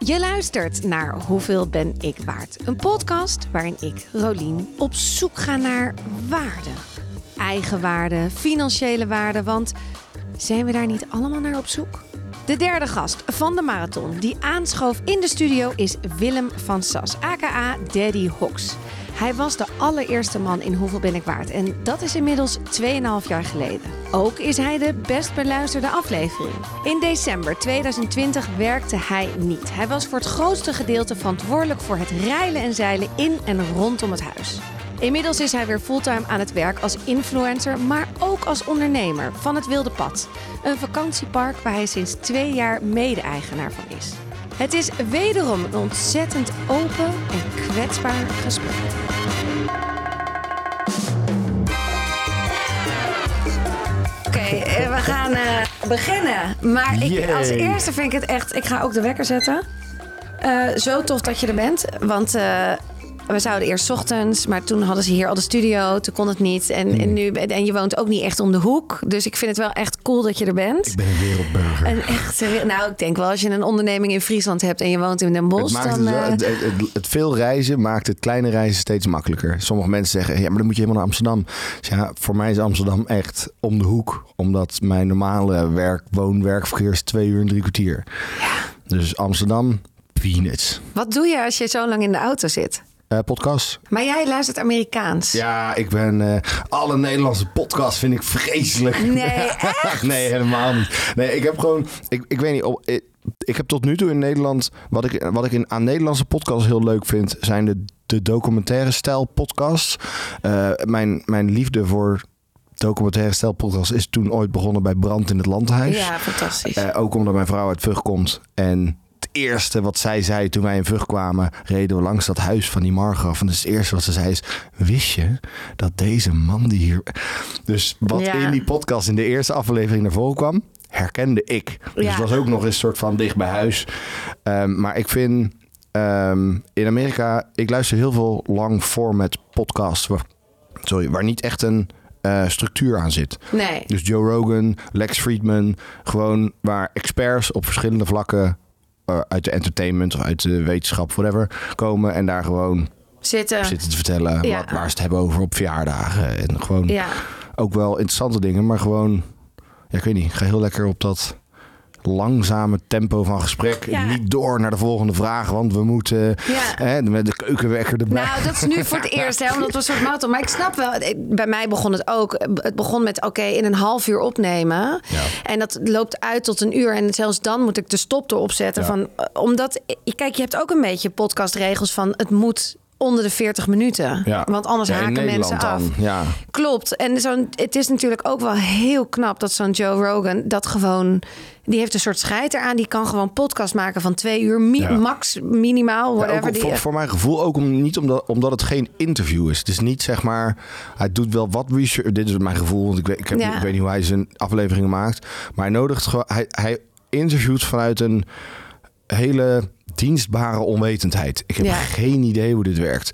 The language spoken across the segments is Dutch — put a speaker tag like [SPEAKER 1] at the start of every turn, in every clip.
[SPEAKER 1] Je luistert naar Hoeveel ben ik waard? Een podcast waarin ik, Rolien, op zoek ga naar waarde. Eigenwaarde, financiële waarde, want zijn we daar niet allemaal naar op zoek? De derde gast van de marathon die aanschoof in de studio is Willem van Sas, aka Daddy Hox. Hij was de allereerste man in Hoeveel ben ik waard en dat is inmiddels 2,5 jaar geleden. Ook is hij de best beluisterde aflevering. In december 2020 werkte hij niet. Hij was voor het grootste gedeelte verantwoordelijk voor het reilen en zeilen in en rondom het huis. Inmiddels is hij weer fulltime aan het werk als influencer, maar ook als ondernemer van het Wilde Pad. Een vakantiepark waar hij sinds 2 jaar mede-eigenaar van is. Het is wederom een ontzettend open en kwetsbaar gesprek. Oké, we gaan beginnen. Maar als eerste vind ik het echt... Ik ga ook de wekker zetten. Zo tof dat je er bent. Want we zouden eerst 's ochtends, maar toen hadden ze hier al de studio. Toen kon het niet. En je woont ook niet echt om de hoek. Dus ik vind het wel echt cool dat je er bent.
[SPEAKER 2] Ik ben een wereldburger.
[SPEAKER 1] Ik denk wel als je een onderneming in Friesland hebt en je woont in Den Bosch.
[SPEAKER 2] Het veel reizen maakt het kleine reizen steeds makkelijker. Sommige mensen zeggen, ja, maar dan moet je helemaal naar Amsterdam. Dus ja, voor mij is Amsterdam echt om de hoek. Omdat mijn normale woon-werkverkeer is 2 uur en 3 kwartier. Ja. Dus Amsterdam, peanuts.
[SPEAKER 1] Wat doe je als je zo lang in de auto zit?
[SPEAKER 2] Podcast.
[SPEAKER 1] Maar jij luistert Amerikaans.
[SPEAKER 2] Ja, ik ben... alle Nederlandse podcasts vind ik vreselijk.
[SPEAKER 1] Nee, echt?
[SPEAKER 2] Nee, helemaal niet. Nee, ik heb gewoon... Ik weet niet... Ik heb tot nu toe in Nederland... Wat ik aan Nederlandse podcasts heel leuk vind... zijn de documentaire stijl podcasts. Mijn liefde voor... documentaire stijl podcast is toen ooit begonnen bij Brand in het Landhuis.
[SPEAKER 1] Ja, fantastisch.
[SPEAKER 2] Ook omdat mijn vrouw uit Vught komt. En het eerste wat zij zei toen wij in Vught kwamen... reden we langs dat huis van die Margraf. En dus het eerste wat ze zei is... wist je dat deze man die hier... Dus wat in die podcast in de eerste aflevering naar voren kwam... herkende ik. Dus het was ook nog eens een soort van dicht bij huis. Maar ik vind... in Amerika... Ik luister heel veel lang format podcasts... waar niet echt een... structuur aan zit.
[SPEAKER 1] Nee.
[SPEAKER 2] Dus Joe Rogan, Lex Fridman, gewoon waar experts op verschillende vlakken uit de entertainment of uit de wetenschap, whatever, komen en daar gewoon zitten te vertellen waar ze het hebben over op verjaardagen. En gewoon ook wel interessante dingen, maar gewoon, ik weet niet, ga heel lekker op dat langzame tempo van gesprek. Ja. Niet door naar de volgende vraag, want we moeten met de keukenwekker erbij.
[SPEAKER 1] Nou, dat is nu voor het eerst, omdat we een soort marathon. Maar ik snap wel, bij mij begon het ook. Het begon met in een half uur opnemen. Ja. En dat loopt uit tot 1 uur. En zelfs dan moet ik de stop erop zetten. Ja. Omdat, kijk, je hebt ook een beetje podcastregels van het moet onder de 40 minuten. Ja. Want anders haken mensen af.
[SPEAKER 2] Ja.
[SPEAKER 1] Klopt. En het is natuurlijk ook wel heel knap dat zo'n Joe Rogan dat gewoon... Die heeft een soort scheid eraan. Die kan gewoon podcast maken van 2 uur. Max, minimaal, whatever.
[SPEAKER 2] Ja, voor mijn gevoel ook omdat het geen interview is. Het is niet, zeg maar... Hij doet wel wat research. Dit is mijn gevoel. Want ik weet niet hoe hij zijn afleveringen maakt. Maar hij nodigt gewoon... Hij interviewt vanuit een hele dienstbare onwetendheid. Ik heb geen idee hoe dit werkt.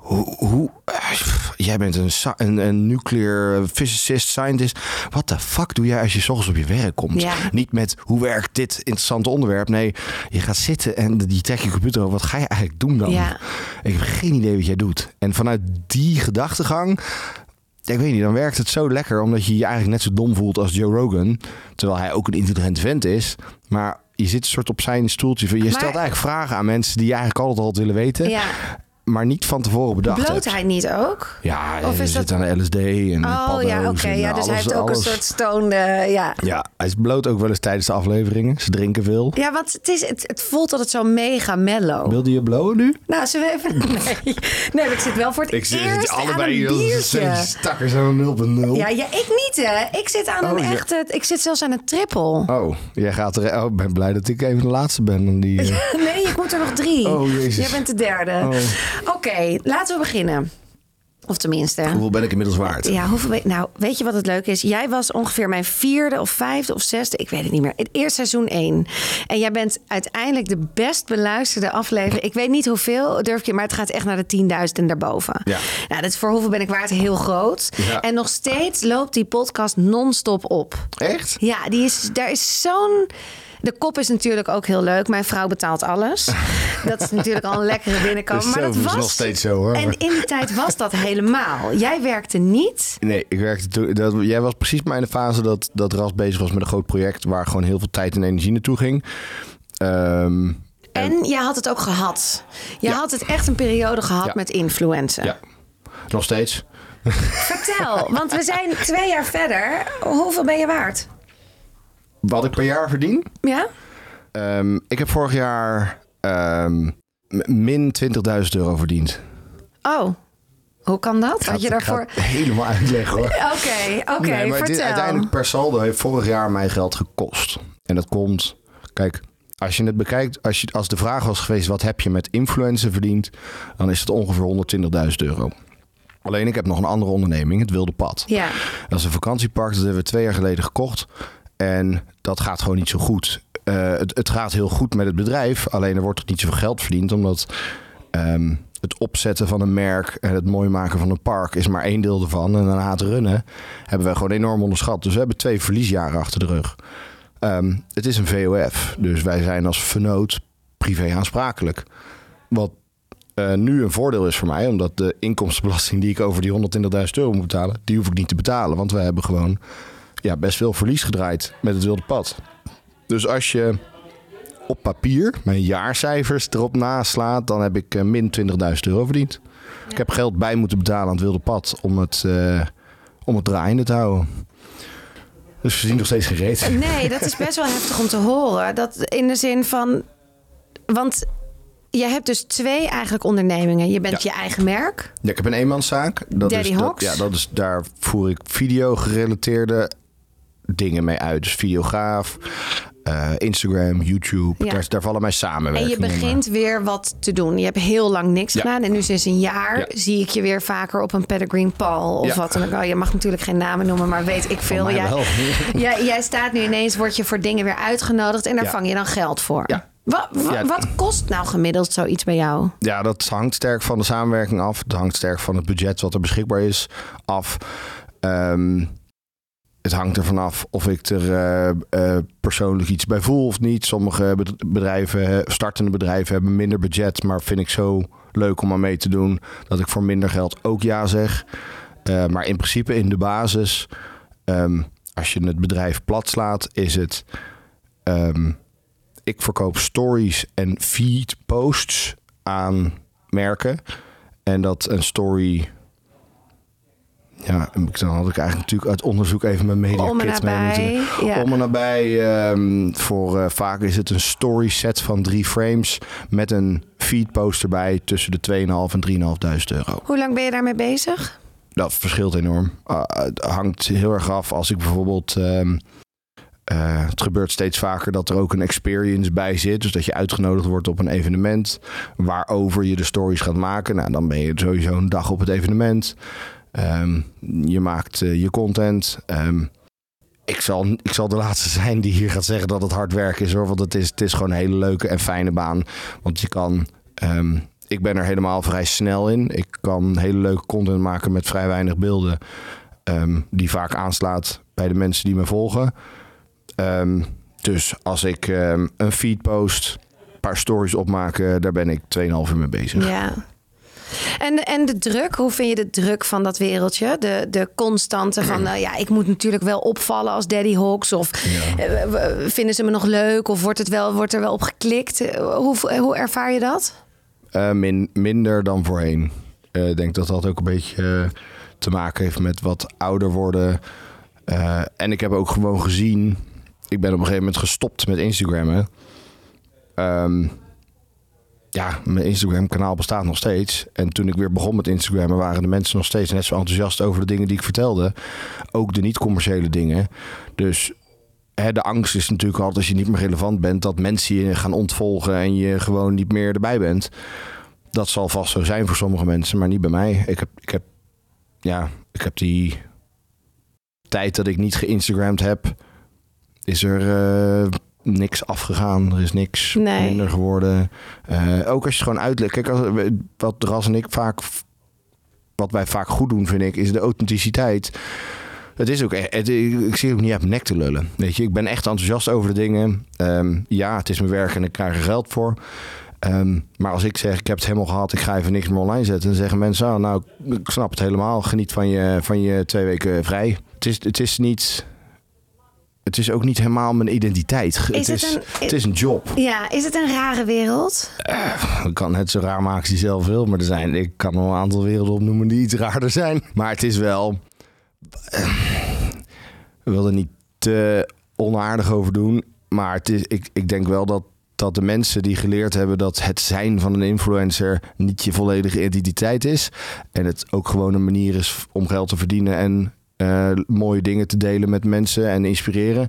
[SPEAKER 2] Jij bent een nuclear physicist, scientist. What the fuck doe jij als je 's ochtends op je werk komt? Ja. Niet met hoe werkt dit interessante onderwerp. Nee, je gaat zitten en die trek je computer over. Wat ga je eigenlijk doen dan? Ja. Ik heb geen idee wat jij doet. En vanuit die gedachtegang... Ik weet niet, dan werkt het zo lekker... omdat je je eigenlijk net zo dom voelt als Joe Rogan. Terwijl hij ook een intelligent vent is. Maar je zit een soort op zijn stoeltje. Je stelt eigenlijk vragen aan mensen... die je eigenlijk altijd al willen weten... Ja. Maar niet van tevoren bedacht.
[SPEAKER 1] Bloot hij niet ook?
[SPEAKER 2] Ja, of is zit aan LSD en paddo's.
[SPEAKER 1] Ja, oké. Ja, dus hij heeft ook een soort stoned... Ja,
[SPEAKER 2] hij is bloot ook wel eens tijdens de afleveringen. Ze drinken veel.
[SPEAKER 1] Ja, want het voelt altijd zo mega mellow.
[SPEAKER 2] Wilde je blowen nu?
[SPEAKER 1] Nou, zullen we even... Nee, ik zit wel voor het eerst allebei aan een biertje.
[SPEAKER 2] Stakkers aan een 0.0.
[SPEAKER 1] Ja, ik niet, hè. Ik zit aan een echte... Ik zit zelfs aan een triple.
[SPEAKER 2] Oh, jij gaat er... Oh, ik ben blij dat ik even de laatste ben. Dan die,
[SPEAKER 1] Nee, ik moet er nog 3.
[SPEAKER 2] Oh, jezus.
[SPEAKER 1] Jij bent de derde. Oh. Oké, laten we beginnen. Of tenminste...
[SPEAKER 2] Hoeveel ben ik inmiddels waard?
[SPEAKER 1] Ja, nou, weet je wat het leuke is? Jij was ongeveer mijn 4e of 5e of 6e, ik weet het niet meer. Het eerste seizoen 1. En jij bent uiteindelijk de best beluisterde aflevering. Ik weet niet hoeveel, durf je, maar het gaat echt naar de 10.000 en daarboven. Ja. Nou, dat is voor Hoeveel ben ik waard heel groot. Ja. En nog steeds loopt die podcast non-stop op.
[SPEAKER 2] Echt?
[SPEAKER 1] Ja, daar is zo'n... De kop is natuurlijk ook heel leuk. Mijn vrouw betaalt alles. Dat is natuurlijk al een lekkere binnenkomen. Maar dat was
[SPEAKER 2] nog steeds zo, hoor.
[SPEAKER 1] En in die tijd was dat helemaal. Jij werkte niet.
[SPEAKER 2] Nee, ik werkte toen. Jij was precies maar in de fase dat Ras bezig was met een groot project waar gewoon heel veel tijd en energie naartoe ging.
[SPEAKER 1] En je had het ook gehad. Je had het echt een periode gehad met influencen. Ja,
[SPEAKER 2] nog steeds.
[SPEAKER 1] Vertel, want we zijn 2 jaar verder. Hoeveel ben je waard?
[SPEAKER 2] Wat ik per jaar verdien?
[SPEAKER 1] Ja.
[SPEAKER 2] Ik heb vorig jaar min €20.000 verdiend.
[SPEAKER 1] Oh, hoe kan dat?
[SPEAKER 2] Had je daarvoor helemaal uitleggen, hoor.
[SPEAKER 1] Oké,
[SPEAKER 2] maar
[SPEAKER 1] vertel.
[SPEAKER 2] Uiteindelijk per saldo heeft vorig jaar mijn geld gekost. En dat komt, kijk, als je het bekijkt, als de vraag was geweest wat heb je met influencer verdiend, dan is het ongeveer €120.000. Alleen ik heb nog een andere onderneming, het Wilde Pad.
[SPEAKER 1] Ja.
[SPEAKER 2] Dat is een vakantiepark, dat hebben we 2 jaar geleden gekocht. En dat gaat gewoon niet zo goed. Het gaat heel goed met het bedrijf, alleen er wordt toch niet zoveel geld verdiend, omdat het opzetten van een merk en het mooi maken van een park is maar 1 deel ervan. En daarna het runnen hebben we gewoon enorm onderschat. Dus we hebben 2 verliesjaren achter de rug. Het is een VOF, dus wij zijn als vennoot privé aansprakelijk. Wat nu een voordeel is voor mij, omdat de inkomstenbelasting die ik over die €120.000 moet betalen, die hoef ik niet te betalen. Want we hebben gewoon best veel verlies gedraaid met het Wilde Pad. Dus als je op papier mijn jaarcijfers erop naslaat, dan heb ik min €20.000 verdiend. Ja. Ik heb geld bij moeten betalen aan het Wilde Pad om het draaiende te houden. Dus we zien nog steeds geen reet.
[SPEAKER 1] Nee, dat is best wel heftig om te horen. Dat in de zin van, want je hebt dus 2 eigenlijk ondernemingen. Je bent je eigen merk.
[SPEAKER 2] Ja, ik heb een eenmanszaak.
[SPEAKER 1] Daddy Hawks.
[SPEAKER 2] Daar voer ik video-gerelateerde dingen mee uit. Dus videograaf, Instagram, YouTube.
[SPEAKER 1] Ja.
[SPEAKER 2] Daar vallen mijn samenwerkingen.
[SPEAKER 1] En je begint weer wat te doen. Je hebt heel lang niks gedaan. En nu sinds een jaar zie ik je weer vaker op een Peregrine Paul of wat dan ook. Oh, je mag natuurlijk geen namen noemen, maar weet ik veel. Jij staat nu ineens, word je voor dingen weer uitgenodigd en daar vang je dan geld voor. Ja. Wat kost nou gemiddeld zoiets bij jou? Ja,
[SPEAKER 2] dat hangt sterk van de samenwerking af. Het hangt sterk van het budget wat er beschikbaar is af. Het hangt ervan af of ik er persoonlijk iets bij voel of niet. Sommige startende bedrijven hebben minder budget, maar vind ik zo leuk om aan mee te doen dat ik voor minder geld ook ja zeg. Maar in principe in de basis, als je het bedrijf plat slaat, is het ik verkoop stories en feed posts aan merken. En dat een story, dan had ik eigenlijk natuurlijk uit onderzoek even mijn media kit mee moeten. Om en nabij. Voor vaak is het een story set van 3 frames met een feed post erbij tussen de €2.500 en €3.500.
[SPEAKER 1] Hoe lang ben je daarmee bezig?
[SPEAKER 2] Dat verschilt enorm. Het hangt heel erg af als ik bijvoorbeeld het gebeurt steeds vaker dat er ook een experience bij zit. Dus dat je uitgenodigd wordt op een evenement waarover je de stories gaat maken. Nou, dan ben je sowieso een dag op het evenement. Je maakt je content. Ik zal de laatste zijn die hier gaat zeggen dat het hard werken is, hoor. Want het is gewoon een hele leuke en fijne baan. Want je kan... ik ben er helemaal vrij snel in. Ik kan hele leuke content maken met vrij weinig beelden. Die vaak aanslaat bij de mensen die me volgen. Dus als ik een feed post, een paar stories opmaken, daar ben ik 2,5 uur mee bezig.
[SPEAKER 1] Ja. En de druk, hoe vind je de druk van dat wereldje? De constante van, ik moet natuurlijk wel opvallen als Daddy Hawks. Of vinden ze me nog leuk? Of wordt er wel op geklikt? Hoe ervaar je dat?
[SPEAKER 2] Minder dan voorheen. Ik denk dat dat ook een beetje te maken heeft met wat ouder worden. En ik heb ook gewoon gezien... Ik ben op een gegeven moment gestopt met Instagrammen. Mijn Instagram-kanaal bestaat nog steeds. En toen ik weer begon met Instagrammen, waren de mensen nog steeds net zo enthousiast over de dingen die ik vertelde. Ook de niet-commerciële dingen. Dus de angst is natuurlijk altijd, als je niet meer relevant bent, dat mensen je gaan ontvolgen en je gewoon niet meer erbij bent. Dat zal vast zo zijn voor sommige mensen, maar niet bij mij. Ik heb die tijd dat ik niet geïnstagramd heb, is er niks afgegaan. Er is niks minder geworden. Ook als je het gewoon uitlegt. Kijk, wat Ras en ik wat wij vaak goed doen, vind ik, is de authenticiteit. Het is ook echt, ik zie ook niet uit mijn nek te lullen. Weet je, ik ben echt enthousiast over de dingen. Ja, het is mijn werk en ik krijg er geld voor. Maar als ik zeg, ik heb het helemaal gehad, ik ga even niks meer online zetten, dan zeggen mensen, nou, ik snap het helemaal. Geniet van je 2 weken vrij. Het is ook niet helemaal mijn identiteit. Het is een job.
[SPEAKER 1] Ja, is het een rare wereld?
[SPEAKER 2] Ik kan het zo raar maken als je zelf wil. Maar ik kan wel een aantal werelden opnoemen die iets raarder zijn. Maar het is wel... we willen er niet te onaardig over doen. Maar ik denk wel dat de mensen die geleerd hebben dat het zijn van een influencer niet je volledige identiteit is. En het ook gewoon een manier is om geld te verdienen en mooie dingen te delen met mensen en inspireren.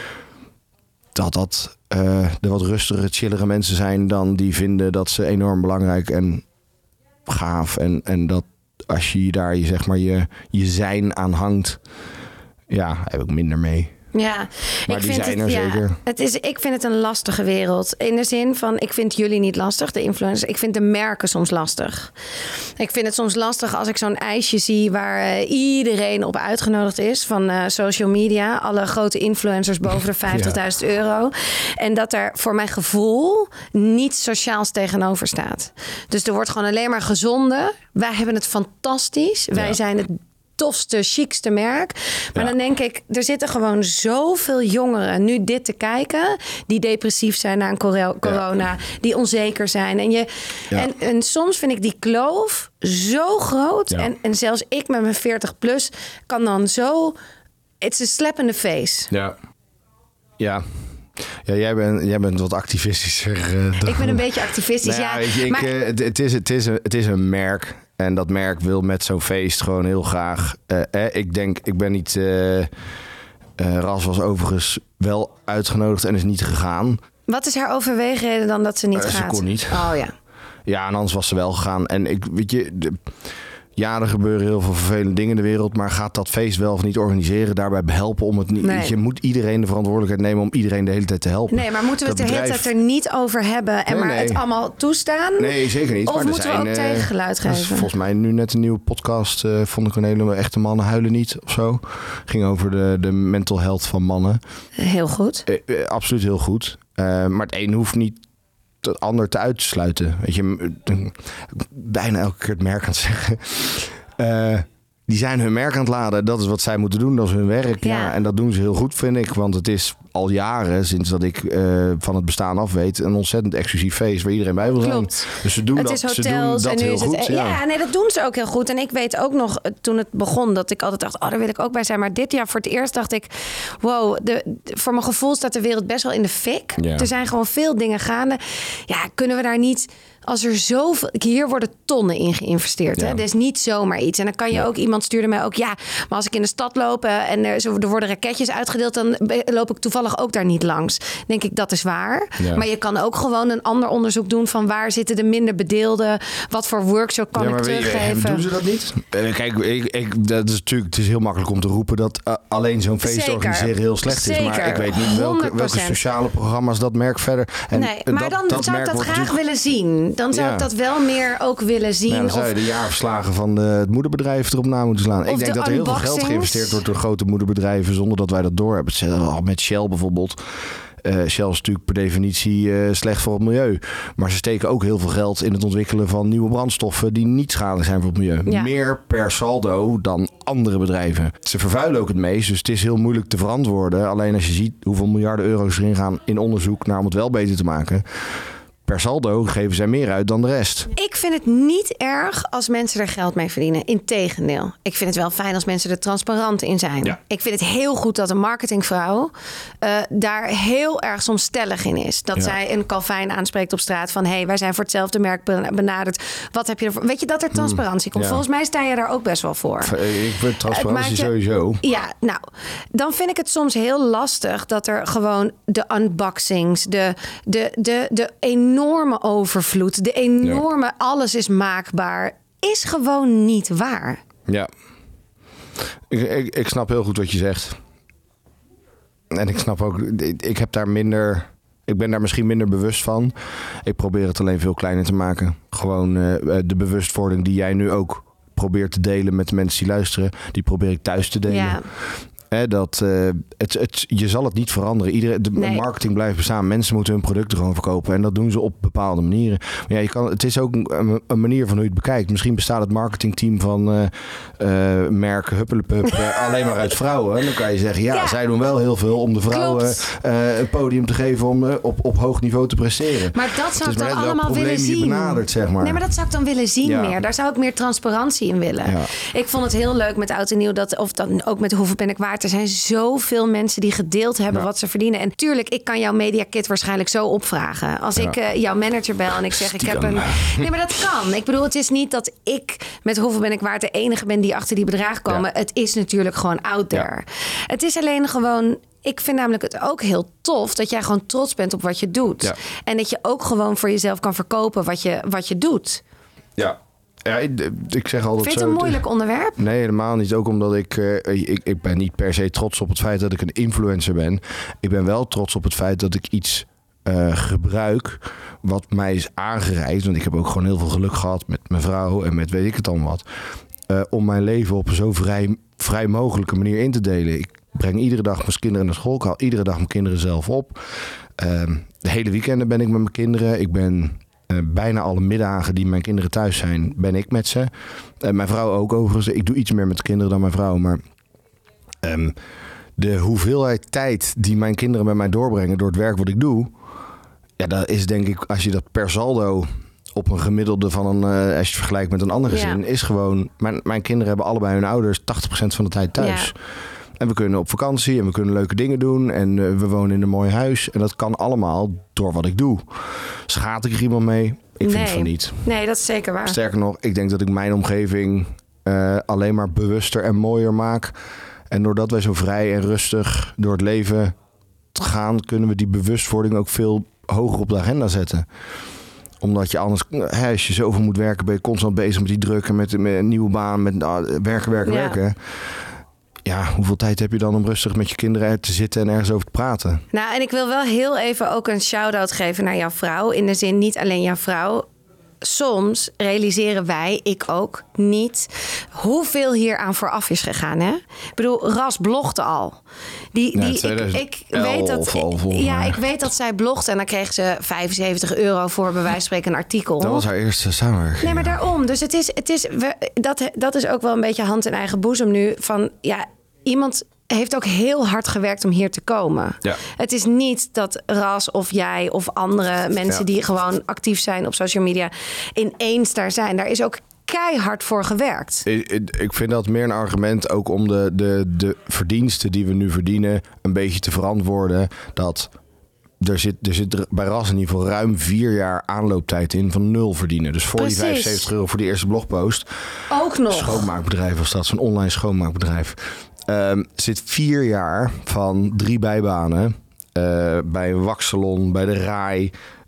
[SPEAKER 2] Dat de wat rustigere, chillere mensen zijn dan die vinden dat ze enorm belangrijk en gaaf. En dat als je daar zeg maar je zijn aan hangt, ja, heb ik minder mee.
[SPEAKER 1] Ja,
[SPEAKER 2] maar die zijn er zeker.
[SPEAKER 1] Ik vind het een lastige wereld. In de zin van, ik vind jullie niet lastig, de influencers. Ik vind de merken soms lastig. Ik vind het soms lastig als ik zo'n ijsje zie waar iedereen op uitgenodigd is van social media. Alle grote influencers boven de €50.000. En dat er voor mijn gevoel niets sociaals tegenover staat. Dus er wordt gewoon alleen maar gezonden. Wij hebben het fantastisch. Wij zijn het tofste, chicste merk. Maar dan denk ik, er zitten gewoon zoveel jongeren nu dit te kijken, die depressief zijn na een corona, die onzeker zijn. En soms vind ik die kloof zo groot. Ja. En zelfs ik met mijn 40 plus kan dan zo... It's a slap in the face.
[SPEAKER 2] Ja. Ja, jij bent wat activistischer.
[SPEAKER 1] Ik ben een beetje activistisch,
[SPEAKER 2] Weet je, maar... het is een merk. En dat merk wil met zo'n feest gewoon heel graag. Ik ben niet... Ras was overigens wel uitgenodigd en is niet gegaan.
[SPEAKER 1] Wat is haar overweegreden dan dat ze niet gaat?
[SPEAKER 2] Ze kon niet.
[SPEAKER 1] Oh ja.
[SPEAKER 2] Ja, en anders was ze wel gegaan. En ja, er gebeuren heel veel vervelende dingen in de wereld, maar gaat dat feest wel of niet organiseren, daarbij helpen om het niet. Nee. Je moet iedereen de verantwoordelijkheid nemen om iedereen de hele tijd te helpen.
[SPEAKER 1] Nee, maar moeten we het de hele tijd er niet over hebben en het allemaal toestaan?
[SPEAKER 2] Nee, zeker niet.
[SPEAKER 1] Of maar moeten we ook tegengeluid geven?
[SPEAKER 2] Volgens mij nu net een nieuwe podcast, vond ik een hele echte mannen huilen niet of zo. Ging over de mental health van mannen.
[SPEAKER 1] Heel goed.
[SPEAKER 2] Absoluut heel goed. Maar het een hoeft niet het ander te uitsluiten. Weet je, bijna elke keer het merk aan het zeggen. Die zijn hun merk aan het laden. Dat is wat zij moeten doen. Dat is hun werk. Ja, en dat doen ze heel goed, vind ik. Want het is al jaren, sinds dat ik van het bestaan af weet, een ontzettend exclusief feest waar iedereen bij wil zijn.
[SPEAKER 1] Klopt.
[SPEAKER 2] Dus ze doen
[SPEAKER 1] het
[SPEAKER 2] dat,
[SPEAKER 1] is hotels,
[SPEAKER 2] ze doen dat
[SPEAKER 1] en nu
[SPEAKER 2] heel
[SPEAKER 1] is het,
[SPEAKER 2] goed.
[SPEAKER 1] Ja, nee, dat doen ze ook heel goed. En ik weet ook nog, toen het begon, dat ik altijd dacht, daar wil ik ook bij zijn. Maar dit jaar voor het eerst dacht ik, wow, voor mijn gevoel staat de wereld best wel in de fik. Ja. Er zijn gewoon veel dingen gaande. Ja, kunnen we daar niet... Als er zoveel... Hier worden tonnen in geïnvesteerd. Ja. Hè? Dat is niet zomaar iets. En dan kan je ook... Iemand stuurde mij ook... Ja, maar als ik in de stad loop en er worden raketjes uitgedeeld, dan loop ik toevallig ook daar niet langs. Denk ik, dat is waar. Ja. Maar je kan ook gewoon een ander onderzoek doen van waar zitten de minder bedeelden? Wat voor workshop kan ik teruggeven?
[SPEAKER 2] Doen ze dat niet? Kijk, dat is natuurlijk... Het is heel makkelijk om te roepen dat alleen zo'n feest organiseren heel slecht is. Maar ik weet niet welke sociale programma's dat merk verder. En
[SPEAKER 1] maar dan zou ik dat graag willen zien. Dan zou ik dat wel meer ook willen zien.
[SPEAKER 2] Dan zou je de jaarverslagen van het moederbedrijf erop na moeten slaan. Ik denk dat er heel veel geld geïnvesteerd wordt door grote moederbedrijven zonder dat wij dat doorhebben. Met Shell bijvoorbeeld. Shell is natuurlijk per definitie slecht voor het milieu. Maar ze steken ook heel veel geld in het ontwikkelen van nieuwe brandstoffen die niet schadelijk zijn voor het milieu. Ja. Meer per saldo dan andere bedrijven. Ze vervuilen ook het meest, dus het is heel moeilijk te verantwoorden. Alleen als je ziet hoeveel miljarden euro's erin gaan in onderzoek naar om het wel beter te maken. Per saldo geven zij meer uit dan de rest.
[SPEAKER 1] Ik vind het niet erg als mensen er geld mee verdienen. Integendeel. Ik vind het wel fijn als mensen er transparant in zijn. Ja. Ik vind het heel goed dat een marketingvrouw daar heel erg soms stellig in is. Dat zij een Calvin aanspreekt op straat van... hey, wij zijn voor hetzelfde merk benaderd. Wat heb je ervoor? Weet je dat er transparantie komt? Ja. Volgens mij sta je daar ook best wel voor.
[SPEAKER 2] Ik vind transparantie sowieso.
[SPEAKER 1] Ja, nou, dan vind ik het soms heel lastig dat er gewoon de unboxings, de enorme overvloed, de enorme alles is maakbaar, is gewoon niet waar.
[SPEAKER 2] Ja. Ik snap heel goed wat je zegt. En ik snap ook, ik ben daar misschien minder bewust van. Ik probeer het alleen veel kleiner te maken. Gewoon de bewustwording die jij nu ook probeer te delen met de mensen die luisteren, die probeer ik thuis te delen. Ja. Je zal het niet veranderen. De marketing blijft bestaan. Mensen moeten hun producten gewoon verkopen. En dat doen ze op bepaalde manieren. Maar ja, het is ook een manier van hoe je het bekijkt. Misschien bestaat het marketingteam van merk Huppelepup alleen maar uit vrouwen. En dan kan je zeggen, zij doen wel heel veel om de vrouwen een podium te geven om op hoog niveau te presteren.
[SPEAKER 1] Maar dat zou ik dan allemaal willen zien.
[SPEAKER 2] Benadert, zeg maar.
[SPEAKER 1] Nee, maar dat zou ik dan willen zien meer. Daar zou ik meer transparantie in willen. Ja. Ik vond het heel leuk met Oud en Nieuw, of dan ook met Hoeveel ben ik waard. Er zijn zoveel mensen die gedeeld hebben wat ze verdienen. En tuurlijk, ik kan jouw mediakit waarschijnlijk zo opvragen. Als ik jouw manager bel en ik zeg, ik heb een... Nee, maar dat kan. Ik bedoel, het is niet dat ik met Hoeveel ben ik waard de enige ben die achter die bedragen komen. Ja. Het is natuurlijk gewoon out there. Ja. Het is alleen gewoon... Ik vind namelijk het ook heel tof dat jij gewoon trots bent op wat je doet. Ja. En dat je ook gewoon voor jezelf kan verkopen wat je doet.
[SPEAKER 2] Ja. Ja, ik zeg altijd.
[SPEAKER 1] Vind je het een moeilijk onderwerp?
[SPEAKER 2] Nee, helemaal niet. Ook omdat ik ben niet per se trots op het feit dat ik een influencer ben. Ik ben wel trots op het feit dat ik iets gebruik wat mij is aangereikt. Want ik heb ook gewoon heel veel geluk gehad met mijn vrouw en met weet ik het dan wat. Om mijn leven op een zo vrij mogelijke manier in te delen. Ik breng iedere dag mijn kinderen naar school. Ik haal iedere dag mijn kinderen zelf op. De hele weekenden ben ik met mijn kinderen. Ik ben... bijna alle middagen die mijn kinderen thuis zijn, ben ik met ze. Mijn vrouw ook overigens. Ik doe iets meer met de kinderen dan mijn vrouw. Maar de hoeveelheid tijd die mijn kinderen met mij doorbrengen door het werk wat ik doe... Ja, dat is denk ik, als je dat per saldo op een gemiddelde van als je het vergelijkt met een ander gezin... is gewoon... Mijn kinderen hebben allebei hun ouders 80% van de tijd thuis. Ja. En we kunnen op vakantie en we kunnen leuke dingen doen. En we wonen in een mooi huis. En dat kan allemaal door wat ik doe. Schaat ik er iemand mee? Ik vind van niet.
[SPEAKER 1] Nee, dat is zeker waar.
[SPEAKER 2] Sterker nog, ik denk dat ik mijn omgeving alleen maar bewuster en mooier maak. En doordat wij zo vrij en rustig door het leven gaan... kunnen we die bewustwording ook veel hoger op de agenda zetten. Omdat je anders, als je zoveel moet werken... ben je constant bezig met die druk en met een nieuwe baan. Met werken. Ja, hoeveel tijd heb je dan om rustig met je kinderen te zitten en ergens over te praten?
[SPEAKER 1] Nou, en ik wil wel heel even ook een shout-out geven naar jouw vrouw. In de zin, niet alleen jouw vrouw. Soms realiseren wij, ik ook, niet hoeveel hier aan vooraf is gegaan. Hè? Ik bedoel, Ras blogde al. Ik weet dat zij blogde en dan kreeg ze €75 voor bij wijze van spreken een artikel.
[SPEAKER 2] Dat was haar eerste samenwerking.
[SPEAKER 1] Nee, maar daarom. Dus dat is ook wel een beetje hand in eigen boezem nu. Van ja, iemand heeft ook heel hard gewerkt om hier te komen. Ja. Het is niet dat Ras of jij of andere mensen die gewoon actief zijn op social media ineens daar zijn. Daar is ook keihard voor gewerkt.
[SPEAKER 2] Ik vind dat meer een argument ook om de verdiensten die we nu verdienen een beetje te verantwoorden. Dat er zit bij Ras in ieder geval ruim 4 jaar aanlooptijd in van 0 verdienen. Dus voor die €75 voor die eerste blogpost.
[SPEAKER 1] Ook nog.
[SPEAKER 2] Schoonmaakbedrijf was dat, zo'n online schoonmaakbedrijf. Zit 4 jaar van 3 bijbanen bij een waksalon, bij de RAI.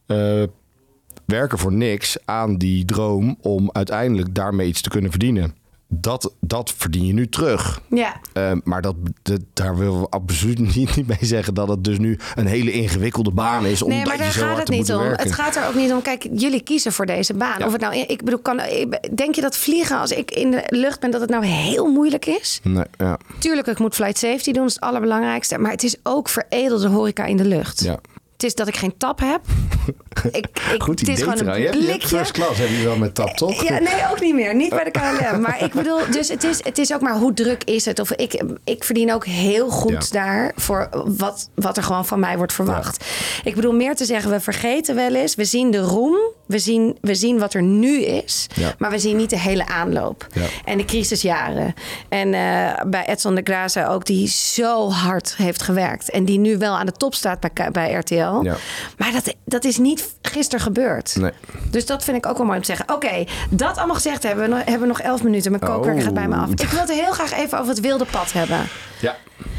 [SPEAKER 2] Werken voor niks aan die droom om uiteindelijk daarmee iets te kunnen verdienen. Dat verdien je nu terug.
[SPEAKER 1] Ja.
[SPEAKER 2] Maar daar willen we absoluut niet mee zeggen dat het dus nu een hele ingewikkelde baan is.
[SPEAKER 1] Nee, maar daar gaat het niet om. Het gaat er ook niet om. Kijk, jullie kiezen voor deze baan. Ja. Of het nou, ik bedoel, denk je dat vliegen als ik in de lucht ben, dat het nou heel moeilijk is?
[SPEAKER 2] Nee, ja.
[SPEAKER 1] Tuurlijk, ik moet flight safety doen, dat is het allerbelangrijkste. Maar het is ook veredelde horeca in de lucht. Ja. Het is dat ik geen tap heb.
[SPEAKER 2] Goed idee.
[SPEAKER 1] Het is gewoon een blikje.
[SPEAKER 2] Je hebt first class, heb je wel met tap, toch?
[SPEAKER 1] Ja, nee, ook niet meer. Niet bij de KLM. Maar ik bedoel, dus het is ook maar hoe druk is het? Of ik verdien ook heel goed daar voor wat er gewoon van mij wordt verwacht. Ja. Ik bedoel, meer te zeggen, we vergeten wel eens. We zien de roem. We zien wat er nu is. Ja. Maar we zien niet de hele aanloop. Ja. En de crisisjaren. En bij Edson de Graza ook, die zo hard heeft gewerkt. En die nu wel aan de top staat bij RTL. Ja. Maar dat is niet gisteren gebeurd. Nee. Dus dat vind ik ook wel mooi om te zeggen. Oké, dat allemaal gezegd hebben we nog 11 minuten. Mijn kookwerk gaat bij me af. Ik wil het heel graag even over het wilde pad hebben. Ja.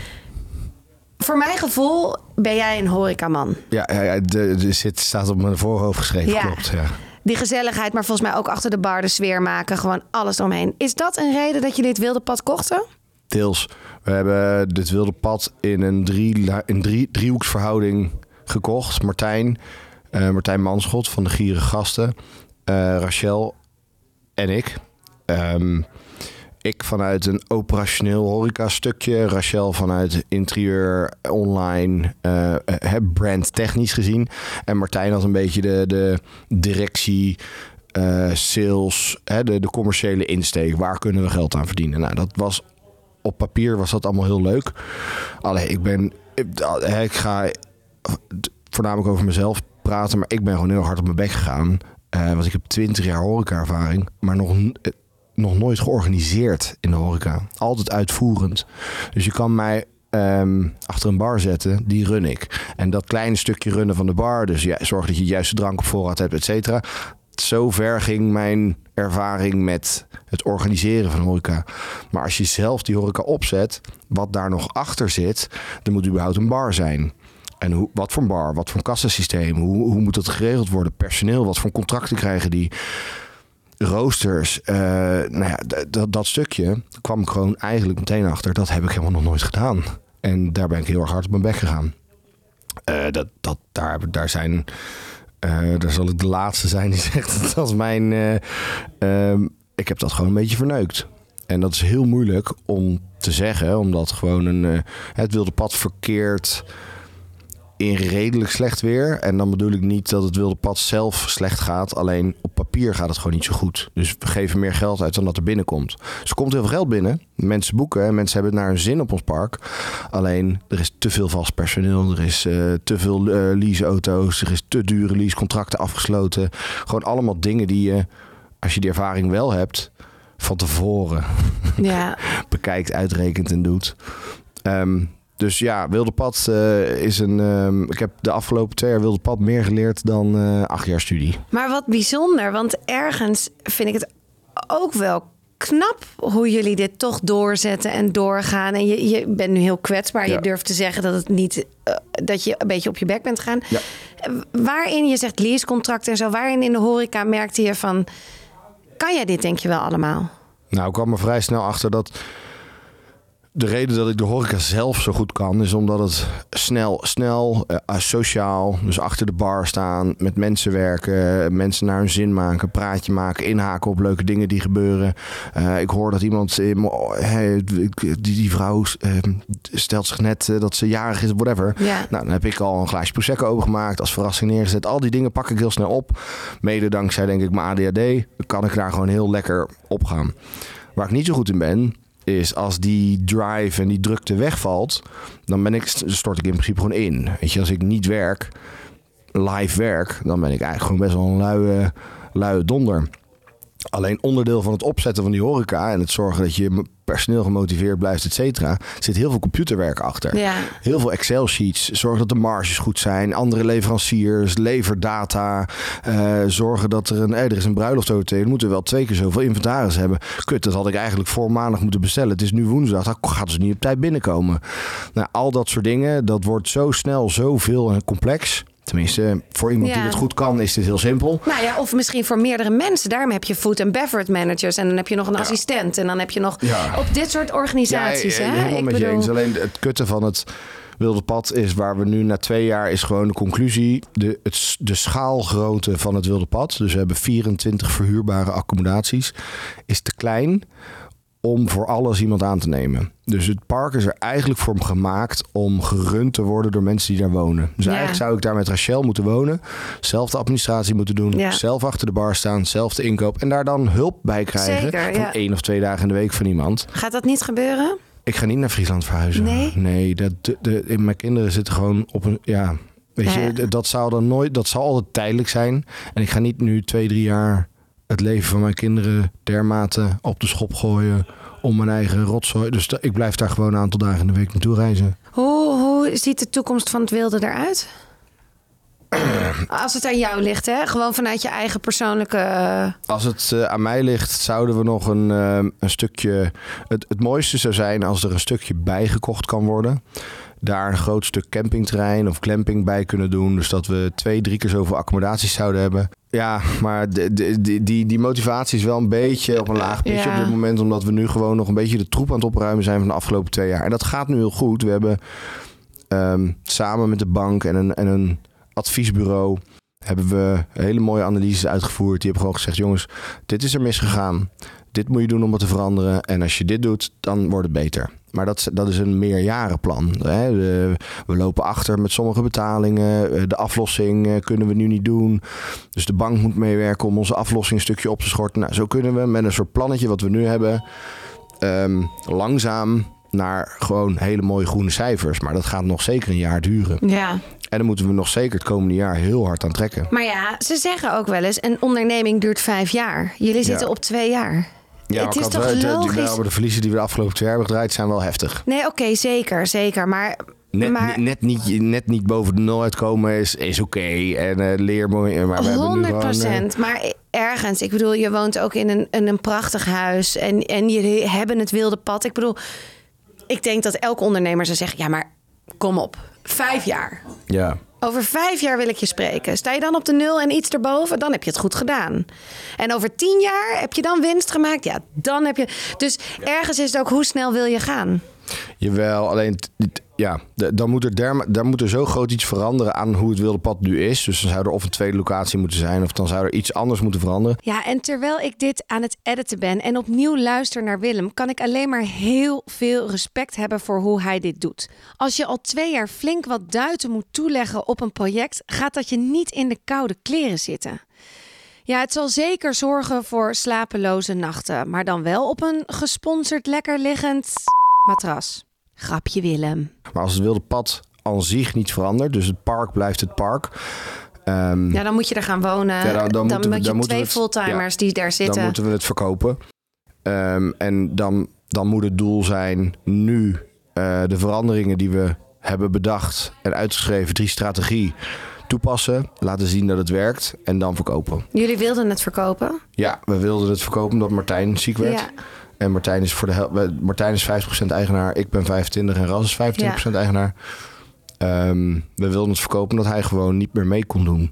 [SPEAKER 1] Voor mijn gevoel ben jij een horecaman.
[SPEAKER 2] Ja, staat op mijn voorhoofd geschreven, ja. Klopt. Ja.
[SPEAKER 1] Die gezelligheid, maar volgens mij ook achter de bar de sfeer maken. Gewoon alles omheen. Is dat een reden dat jullie het wilde pad kochten?
[SPEAKER 2] Deels. We hebben dit wilde pad in een driehoeksverhouding gekocht. Martijn Manschot van de Gierige Gasten, Rachel en ik. Ik vanuit een operationeel horeca stukje. Rachel vanuit interieur, online, brand technisch gezien. En Martijn had een beetje de directie, sales, de commerciële insteek. Waar kunnen we geld aan verdienen? Nou, dat was op papier was dat allemaal heel leuk. Alleen ik ga voornamelijk over mezelf praten, maar ik ben gewoon heel hard op mijn bek gegaan. Want ik heb 20 jaar horeca-ervaring, maar nog nooit georganiseerd in de horeca. Altijd uitvoerend. Dus je kan mij achter een bar zetten, die run ik. En dat kleine stukje runnen van de bar, dus zorg dat je de juiste drank op voorraad hebt, et cetera. Zo ver ging mijn ervaring met het organiseren van horeca. Maar als je zelf die horeca opzet, wat daar nog achter zit, dan moet überhaupt een bar zijn. En wat voor bar, wat voor kassasysteem, hoe moet dat geregeld worden? Personeel, wat voor contracten krijgen die? Roosters, dat stukje kwam ik gewoon eigenlijk meteen achter. Dat heb ik helemaal nog nooit gedaan. En daar ben ik heel erg hard op mijn bek gegaan. Daar zal ik de laatste zijn die zegt dat is mijn... ik heb dat gewoon een beetje verneukt. En dat is heel moeilijk om te zeggen, omdat gewoon het wilde pad verkeert in redelijk slecht weer. En dan bedoel ik niet dat het wilde pad zelf slecht gaat. Alleen op papier gaat het gewoon niet zo goed. Dus we geven meer geld uit dan dat er binnenkomt. Dus er komt heel veel geld binnen. Mensen boeken en mensen hebben het naar hun zin op ons park. Alleen er is te veel vast personeel. Er is te veel leaseauto's. Er is te dure leasecontracten afgesloten. Gewoon allemaal dingen die je, als je die ervaring wel hebt, van tevoren bekijkt, uitrekent en doet. Dus ja, Wilde Pad is een... ik heb de afgelopen 2 jaar Wilde Pad meer geleerd dan 8 jaar studie.
[SPEAKER 1] Maar wat bijzonder, want ergens vind ik het ook wel knap hoe jullie dit toch doorzetten en doorgaan. En je bent nu heel kwetsbaar. Ja. Je durft te zeggen dat het niet dat je een beetje op je bek bent gegaan. Ja. Waarin, je zegt leasecontract en zo, waarin in de horeca merkte je van, kan jij dit denk je wel allemaal?
[SPEAKER 2] Nou, ik kwam er vrij snel achter dat de reden dat ik de horeca zelf zo goed kan, is omdat het snel, sociaal, dus achter de bar staan, met mensen werken, mensen naar hun zin maken, praatje maken, inhaken op leuke dingen die gebeuren. Ik hoor dat iemand, die vrouw stelt zich net dat ze jarig is, whatever. Ja. Nou, dan heb ik al een glaasje Prosecco opengemaakt, als verrassing neergezet. Al die dingen pak ik heel snel op. Mede dankzij, denk ik, mijn ADHD, kan ik daar gewoon heel lekker op gaan. Waar ik niet zo goed in ben, is als die drive en die drukte wegvalt, dan stort ik in principe gewoon in. Weet je, als ik niet live werk, dan ben ik eigenlijk gewoon best wel een luie donder. Alleen onderdeel van het opzetten van die horeca en het zorgen dat je personeel gemotiveerd blijft, et cetera, zit heel veel computerwerk achter. Ja. Heel veel Excel-sheets. Zorgen dat de marges goed zijn. Andere leveranciers, leverdata. Zorgen dat er is een bruilofthotel. We moeten wel 2 keer zoveel inventaris hebben. Kut, dat had ik eigenlijk voor maandag moeten bestellen. Het is nu woensdag. Dat gaat dus niet op tijd binnenkomen. Nou, al dat soort dingen, dat wordt zo snel, zoveel en complex. Tenminste, voor iemand die het goed kan, is dit heel simpel.
[SPEAKER 1] Nou ja, of misschien voor meerdere mensen. Daarom heb je food and beverage managers. En dan heb je nog een assistent. En dan heb je nog op dit soort organisaties.
[SPEAKER 2] Helemaal met je eens. Alleen het kutte van het Wilde Pad is waar we nu na 2 jaar is gewoon de conclusie. De schaalgrootte van het Wilde Pad. Dus we hebben 24 verhuurbare accommodaties. Is te klein om voor alles iemand aan te nemen. Dus het park is er eigenlijk voor gemaakt om gerund te worden door mensen die daar wonen. Dus eigenlijk zou ik daar met Rachel moeten wonen. Zelf de administratie moeten doen. Ja. Zelf achter de bar staan. Zelf de inkoop. En daar dan hulp bij krijgen. Zeker, van 1 of 2 dagen in de week van iemand.
[SPEAKER 1] Gaat dat niet gebeuren?
[SPEAKER 2] Ik ga niet naar Friesland verhuizen. Nee, mijn kinderen zitten gewoon op een... Ja, weet je, dat zal altijd tijdelijk zijn. En ik ga niet nu 2-3 jaar het leven van mijn kinderen dermate op de schop gooien om mijn eigen rotzooi. Dus ik blijf daar gewoon een aantal dagen in de week naartoe reizen.
[SPEAKER 1] Hoe ziet de toekomst van het wilde eruit? Als het aan jou ligt, hè? Gewoon vanuit je eigen persoonlijke...
[SPEAKER 2] Als het aan mij ligt, zouden we nog een stukje... Het mooiste zou zijn als er een stukje bijgekocht kan worden. Daar een groot stuk campingterrein of glamping bij kunnen doen. Dus dat we 2-3 keer zoveel accommodaties zouden hebben. Ja, maar die motivatie is wel een beetje op een laag pitje op dit moment. Omdat we nu gewoon nog een beetje de troep aan het opruimen zijn van de afgelopen 2 jaar. En dat gaat nu heel goed. We hebben samen met de bank en een adviesbureau hebben we hele mooie analyses uitgevoerd. Die hebben gewoon gezegd, jongens, dit is er misgegaan. Dit moet je doen om het te veranderen. En als je dit doet, dan wordt het beter. Maar dat is een meerjarenplan. We lopen achter met sommige betalingen. De aflossing kunnen we nu niet doen. Dus de bank moet meewerken om onze aflossing een stukje op te schorten. Nou, zo kunnen we met een soort plannetje wat we nu hebben... langzaam naar gewoon hele mooie groene cijfers. Maar dat gaat nog zeker een jaar duren.
[SPEAKER 1] Ja.
[SPEAKER 2] En dan moeten we nog zeker het komende jaar heel hard aan trekken.
[SPEAKER 1] Maar ja, ze zeggen ook wel eens... een onderneming duurt 5 jaar. Jullie zitten op 2 jaar.
[SPEAKER 2] Ja, het is toch logisch? De verliezen die we de afgelopen 2 jaar hebben gedraaid zijn wel heftig.
[SPEAKER 1] Nee, oké, zeker. Maar
[SPEAKER 2] net niet boven de 0 uitkomen is oké. En leer mooi. Maar we
[SPEAKER 1] 100%. Maar ergens, ik bedoel, je woont ook in een prachtig huis. En jullie hebben het wilde pad. Ik bedoel, ik denk dat elke ondernemer zou zeggen... ja, maar kom op, 5 jaar.
[SPEAKER 2] Ja.
[SPEAKER 1] Over 5 jaar wil ik je spreken. Sta je dan op de 0 en iets erboven, dan heb je het goed gedaan. En over 10 jaar heb je dan winst gemaakt? Ja, dan heb je... Dus ergens is het ook, hoe snel wil je gaan?
[SPEAKER 2] Jawel, alleen... Ja, dan moet er zo groot iets veranderen aan hoe het wilde pad nu is. Dus dan zou er of een tweede locatie moeten zijn... of dan zou er iets anders moeten veranderen.
[SPEAKER 1] Ja, en terwijl ik dit aan het editen ben... en opnieuw luister naar Willem... kan ik alleen maar heel veel respect hebben voor hoe hij dit doet. Als je al 2 jaar flink wat duiten moet toeleggen op een project... gaat dat je niet in de koude kleren zitten. Ja, het zal zeker zorgen voor slapeloze nachten... maar dan wel op een gesponsord lekker liggend matras. Grapje Willem.
[SPEAKER 2] Maar als het wilde pad aan zich niet verandert... dus het park blijft het park...
[SPEAKER 1] ja, dan moet je er gaan wonen. Ja, dan moet je 2 fulltimers die daar zitten.
[SPEAKER 2] Dan moeten we het verkopen. En dan moet het doel zijn nu... de veranderingen die we hebben bedacht en uitgeschreven... 3 strategie toepassen. Laten zien dat het werkt. En dan verkopen.
[SPEAKER 1] Jullie wilden het verkopen?
[SPEAKER 2] Ja, we wilden het verkopen omdat Martijn ziek werd. Ja. En Martijn is Martijn is 50% eigenaar. Ik ben 25 en Ras is 25% eigenaar. We wilden het verkopen omdat hij gewoon niet meer mee kon doen.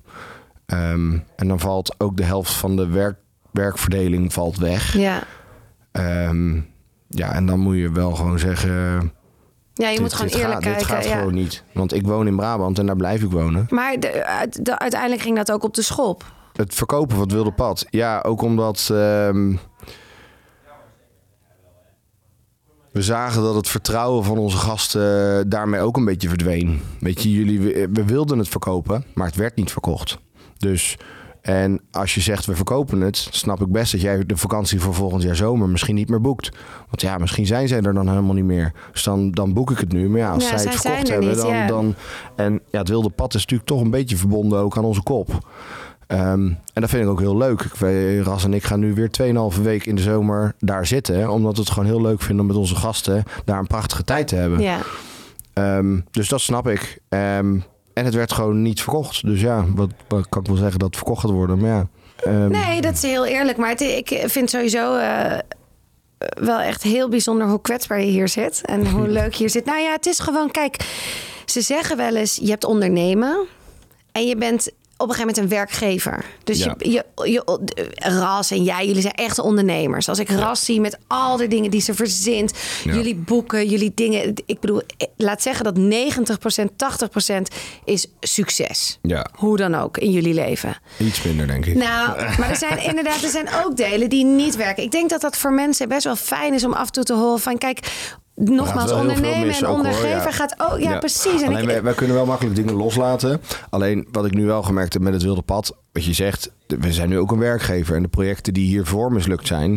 [SPEAKER 2] En dan valt ook de helft van de werkverdeling valt weg.
[SPEAKER 1] Ja.
[SPEAKER 2] Ja, en dan moet je wel gewoon zeggen...
[SPEAKER 1] Ja, je moet gewoon eerlijk kijken.
[SPEAKER 2] Dit gaat gewoon niet. Want ik woon in Brabant en daar blijf ik wonen.
[SPEAKER 1] Maar uiteindelijk ging dat ook op de schop.
[SPEAKER 2] Het verkopen van het wilde pad. Ja, ook omdat... we zagen dat het vertrouwen van onze gasten daarmee ook een beetje verdween. Weet je, we wilden het verkopen, maar het werd niet verkocht. Dus, en als je zegt we verkopen het, snap ik best dat jij de vakantie voor volgend jaar zomer misschien niet meer boekt. Want ja, misschien zijn zij er dan helemaal niet meer. Dus dan boek ik het nu. Maar ja, als zij het verkocht hebben, dan... En ja, het wilde pad is natuurlijk toch een beetje verbonden ook aan onze kop. En dat vind ik ook heel leuk. Ras en ik gaan nu weer 2,5 week in de zomer daar zitten. Omdat we het gewoon heel leuk vinden om met onze gasten daar een prachtige tijd te hebben.
[SPEAKER 1] Ja.
[SPEAKER 2] Dus dat snap ik. En het werd gewoon niet verkocht. Dus ja, wat kan ik wel zeggen dat het verkocht gaat worden. Maar ja,
[SPEAKER 1] nee, dat is heel eerlijk. Maar ik vind sowieso wel echt heel bijzonder hoe kwetsbaar je hier zit. En hoe leuk je hier zit. Nou ja, het is gewoon, kijk, ze zeggen wel eens, je hebt ondernemen en je bent op een gegeven moment een werkgever. Dus ja. Ras en jij, jullie zijn echte ondernemers. Als ik Ras zie met al de dingen die ze verzint, jullie boeken, jullie dingen. Ik bedoel, laat zeggen dat 90%, 80% is succes.
[SPEAKER 2] Ja.
[SPEAKER 1] Hoe dan ook in jullie leven.
[SPEAKER 2] Iets minder, denk ik.
[SPEAKER 1] Nou, maar er zijn ook delen die niet werken. Ik denk dat dat voor mensen best wel fijn is om af en toe te horen van, kijk, nogmaals, ondernemen en ondergever gaat ook... Ja, precies. En
[SPEAKER 2] alleen, wij kunnen wel makkelijk dingen loslaten. Alleen wat ik nu wel gemerkt heb met het wilde pad, wat je zegt, we zijn nu ook een werkgever. En de projecten die hiervoor mislukt zijn,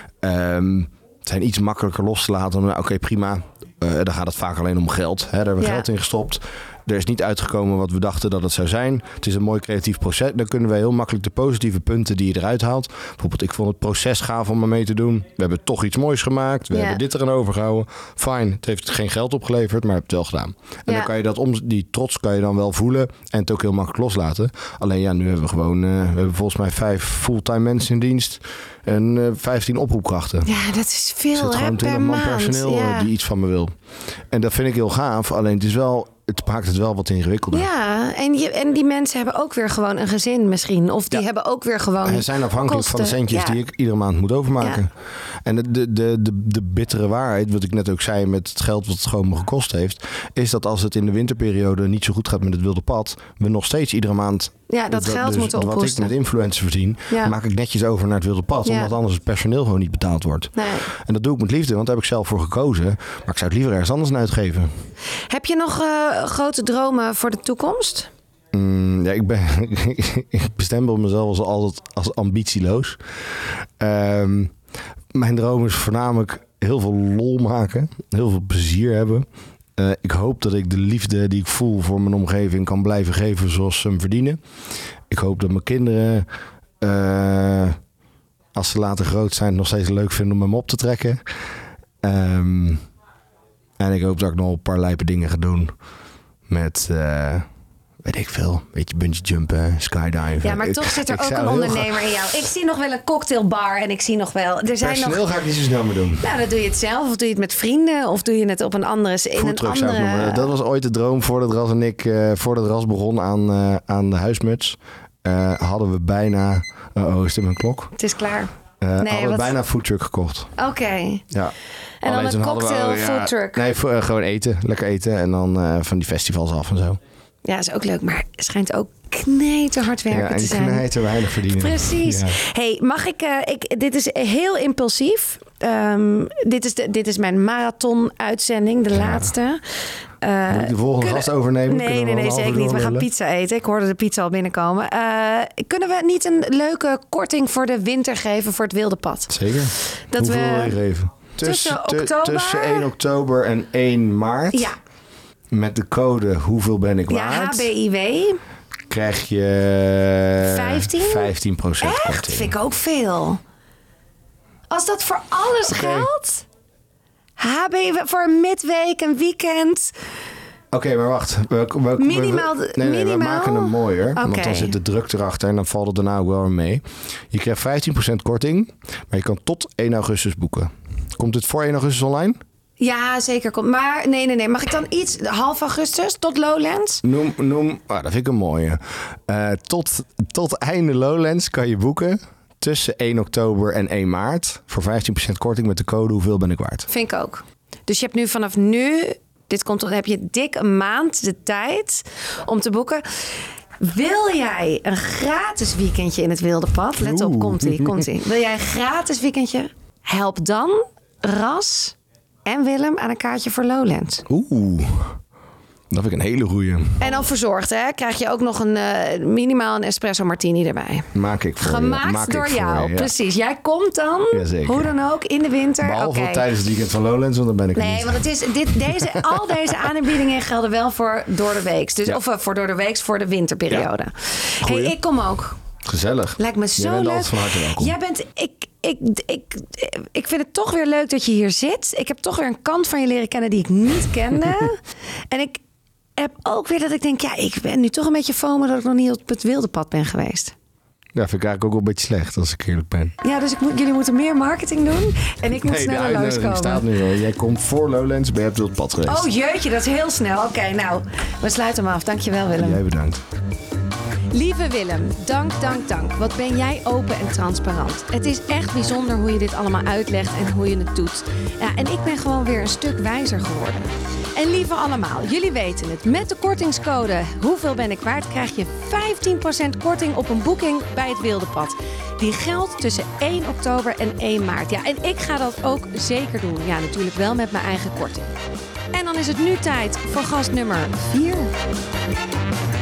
[SPEAKER 2] zijn iets makkelijker los te laten. Oké, prima. Dan gaat het vaak alleen om geld. Daar hebben we geld in gestopt. Er is niet uitgekomen wat we dachten dat het zou zijn. Het is een mooi creatief proces. Dan kunnen we heel makkelijk de positieve punten die je eruit haalt. Bijvoorbeeld, ik vond het proces gaaf om er mee te doen. We hebben toch iets moois gemaakt. We hebben dit erin overgehouden. Fijn, het heeft geen geld opgeleverd, maar je hebt het wel gedaan. En dan kan je die trots kan je dan wel voelen en het ook heel makkelijk loslaten. Alleen ja, nu hebben we gewoon, we hebben volgens mij 5 fulltime mensen in dienst en 15 oproepkrachten.
[SPEAKER 1] Ja, dat is veel,
[SPEAKER 2] er zit gewoon 20 man personeel die iets van me wil. En dat vind ik heel gaaf. Alleen het is wel het maakt het wel wat ingewikkelder.
[SPEAKER 1] Ja, en die mensen hebben ook weer gewoon een gezin misschien. Of die hebben ook weer gewoon
[SPEAKER 2] en zijn afhankelijk van de centjes die ik iedere maand moet overmaken. Ja. En de bittere waarheid, wat ik net ook zei met het geld wat het gewoon me gekost heeft, is dat als het in de winterperiode niet zo goed gaat met het wilde pad, we nog steeds iedere maand
[SPEAKER 1] dat geld moeten ophoesten.
[SPEAKER 2] Wat ik met influencers verdien, maak ik netjes over naar het wilde pad. Omdat anders het personeel gewoon niet betaald wordt. Nee. En dat doe ik met liefde, want daar heb ik zelf voor gekozen. Maar ik zou het liever ergens anders uitgeven.
[SPEAKER 1] Heb je nog grote dromen voor de toekomst?
[SPEAKER 2] Ik bestempel mezelf als ambitieloos. Mijn droom is voornamelijk heel veel lol maken. Heel veel plezier hebben. Ik hoop dat ik de liefde die ik voel voor mijn omgeving kan blijven geven zoals ze hem verdienen. Ik hoop dat mijn kinderen, als ze later groot zijn, nog steeds leuk vinden om hem op te trekken. En ik hoop dat ik nog een paar lijpe dingen ga doen. Met, weet ik veel, een beetje bungee jumpen, skydiven.
[SPEAKER 1] Ja, maar toch zit er ook een ondernemer in jou. Ik zie nog wel een cocktailbar en ik zie nog wel...
[SPEAKER 2] Personeel ga ik niet zo snel meer doen.
[SPEAKER 1] Nou, dan doe je het zelf of doe je het met vrienden of doe je het op een andere...
[SPEAKER 2] Foodtruck zou ik noemen. Dat was ooit de droom voordat Ras en ik, voordat Ras begon aan de huismuts. Hadden we bijna... is dit mijn klok?
[SPEAKER 1] Het is klaar.
[SPEAKER 2] Hadden we bijna foodtruck gekocht.
[SPEAKER 1] Oké.
[SPEAKER 2] Ja.
[SPEAKER 1] En dan een cocktail foodtruck.
[SPEAKER 2] Nee, gewoon eten. Lekker eten. En dan van die festivals af en zo.
[SPEAKER 1] Ja, is ook leuk. Maar het schijnt ook knijterhard werken te zijn.
[SPEAKER 2] Ja, en knijter weinig verdienen.
[SPEAKER 1] Precies. Ja. Hey, mag ik... dit is heel impulsief. Dit is mijn marathon-uitzending. De laatste.
[SPEAKER 2] Moet ik de volgende gast overnemen?
[SPEAKER 1] Nee, zeker niet. We gaan pizza eten. Ik hoorde de pizza al binnenkomen. Kunnen we niet een leuke korting voor de winter geven voor het wilde pad?
[SPEAKER 2] Zeker. Hoeveel wil je geven? Tussen 1 oktober en 1 maart. Ja. Met de code hoeveel ben ik waard?
[SPEAKER 1] Ja, HBIW.
[SPEAKER 2] Krijg je 15% korting.
[SPEAKER 1] Echt? Vind ik ook veel. Als dat voor alles geldt. HBIW voor een midweek, een weekend.
[SPEAKER 2] Oké, maar wacht.
[SPEAKER 1] Minimaal.
[SPEAKER 2] We maken hem mooier. Want dan zit de druk erachter en dan valt het daarna ook wel mee. Je krijgt 15% korting, maar je kan tot 1 augustus boeken. Komt dit voor 1 augustus online?
[SPEAKER 1] Ja, zeker. Maar nee. Mag ik dan iets? Half augustus tot Lowlands?
[SPEAKER 2] Noem. Dat vind ik een mooie. Tot einde Lowlands kan je boeken. Tussen 1 oktober en 1 maart. Voor 15% korting met de code hoeveel ben ik waard.
[SPEAKER 1] Vind ik ook. Dus je hebt nu vanaf nu... Dan heb je dik een maand de tijd om te boeken. Wil jij een gratis weekendje in het wilde pad? Let op, komt-ie. Wil jij een gratis weekendje? Help dan Ras en Willem aan een kaartje voor Lowlands.
[SPEAKER 2] Dat vind ik een hele goeie.
[SPEAKER 1] En dan verzorgd, hè? Krijg je ook nog minimaal een espresso martini erbij.
[SPEAKER 2] Maak ik voor
[SPEAKER 1] Gemaakt door jou, precies. Jij komt dan, hoe dan ook, in de winter.
[SPEAKER 2] Behalve tijdens het weekend van Lowlands, want dan ben ik
[SPEAKER 1] niet. Want het is al deze aanbiedingen gelden wel voor door de weeks. Dus, of voor door de weeks voor de winterperiode. Ja. Hey, ik kom ook.
[SPEAKER 2] Gezellig.
[SPEAKER 1] Lijkt me zo leuk.
[SPEAKER 2] Jij bent altijd van harte welkom.
[SPEAKER 1] Jij bent... Ik vind het toch weer leuk dat je hier zit. Ik heb toch weer een kant van je leren kennen die ik niet kende. En ik heb ook weer dat ik denk... ik ben nu toch een beetje FOMO dat ik nog niet op het wilde pad ben geweest.
[SPEAKER 2] Ja, vind ik eigenlijk ook wel een beetje slecht als ik eerlijk ben.
[SPEAKER 1] Ja, dus jullie moeten meer marketing doen. En ik moet sneller langskomen.
[SPEAKER 2] Staat nu al. Jij komt voor Lowlands, ben je op het wilde pad geweest.
[SPEAKER 1] Oh jeetje, dat is heel snel. Oké, nou, we sluiten hem af. Dankjewel, Willem.
[SPEAKER 2] Jij bedankt.
[SPEAKER 1] Lieve Willem, dank. Wat ben jij open en transparant. Het is echt bijzonder hoe je dit allemaal uitlegt en hoe je het doet. Ja, en ik ben gewoon weer een stuk wijzer geworden. En lieve allemaal, jullie weten het. Met de kortingscode hoeveel ben ik waard krijg je 15% korting op een boeking bij het wilde pad. Die geldt tussen 1 oktober en 1 maart. Ja, en ik ga dat ook zeker doen. Ja, natuurlijk wel met mijn eigen korting. En dan is het nu tijd voor gast nummer 4.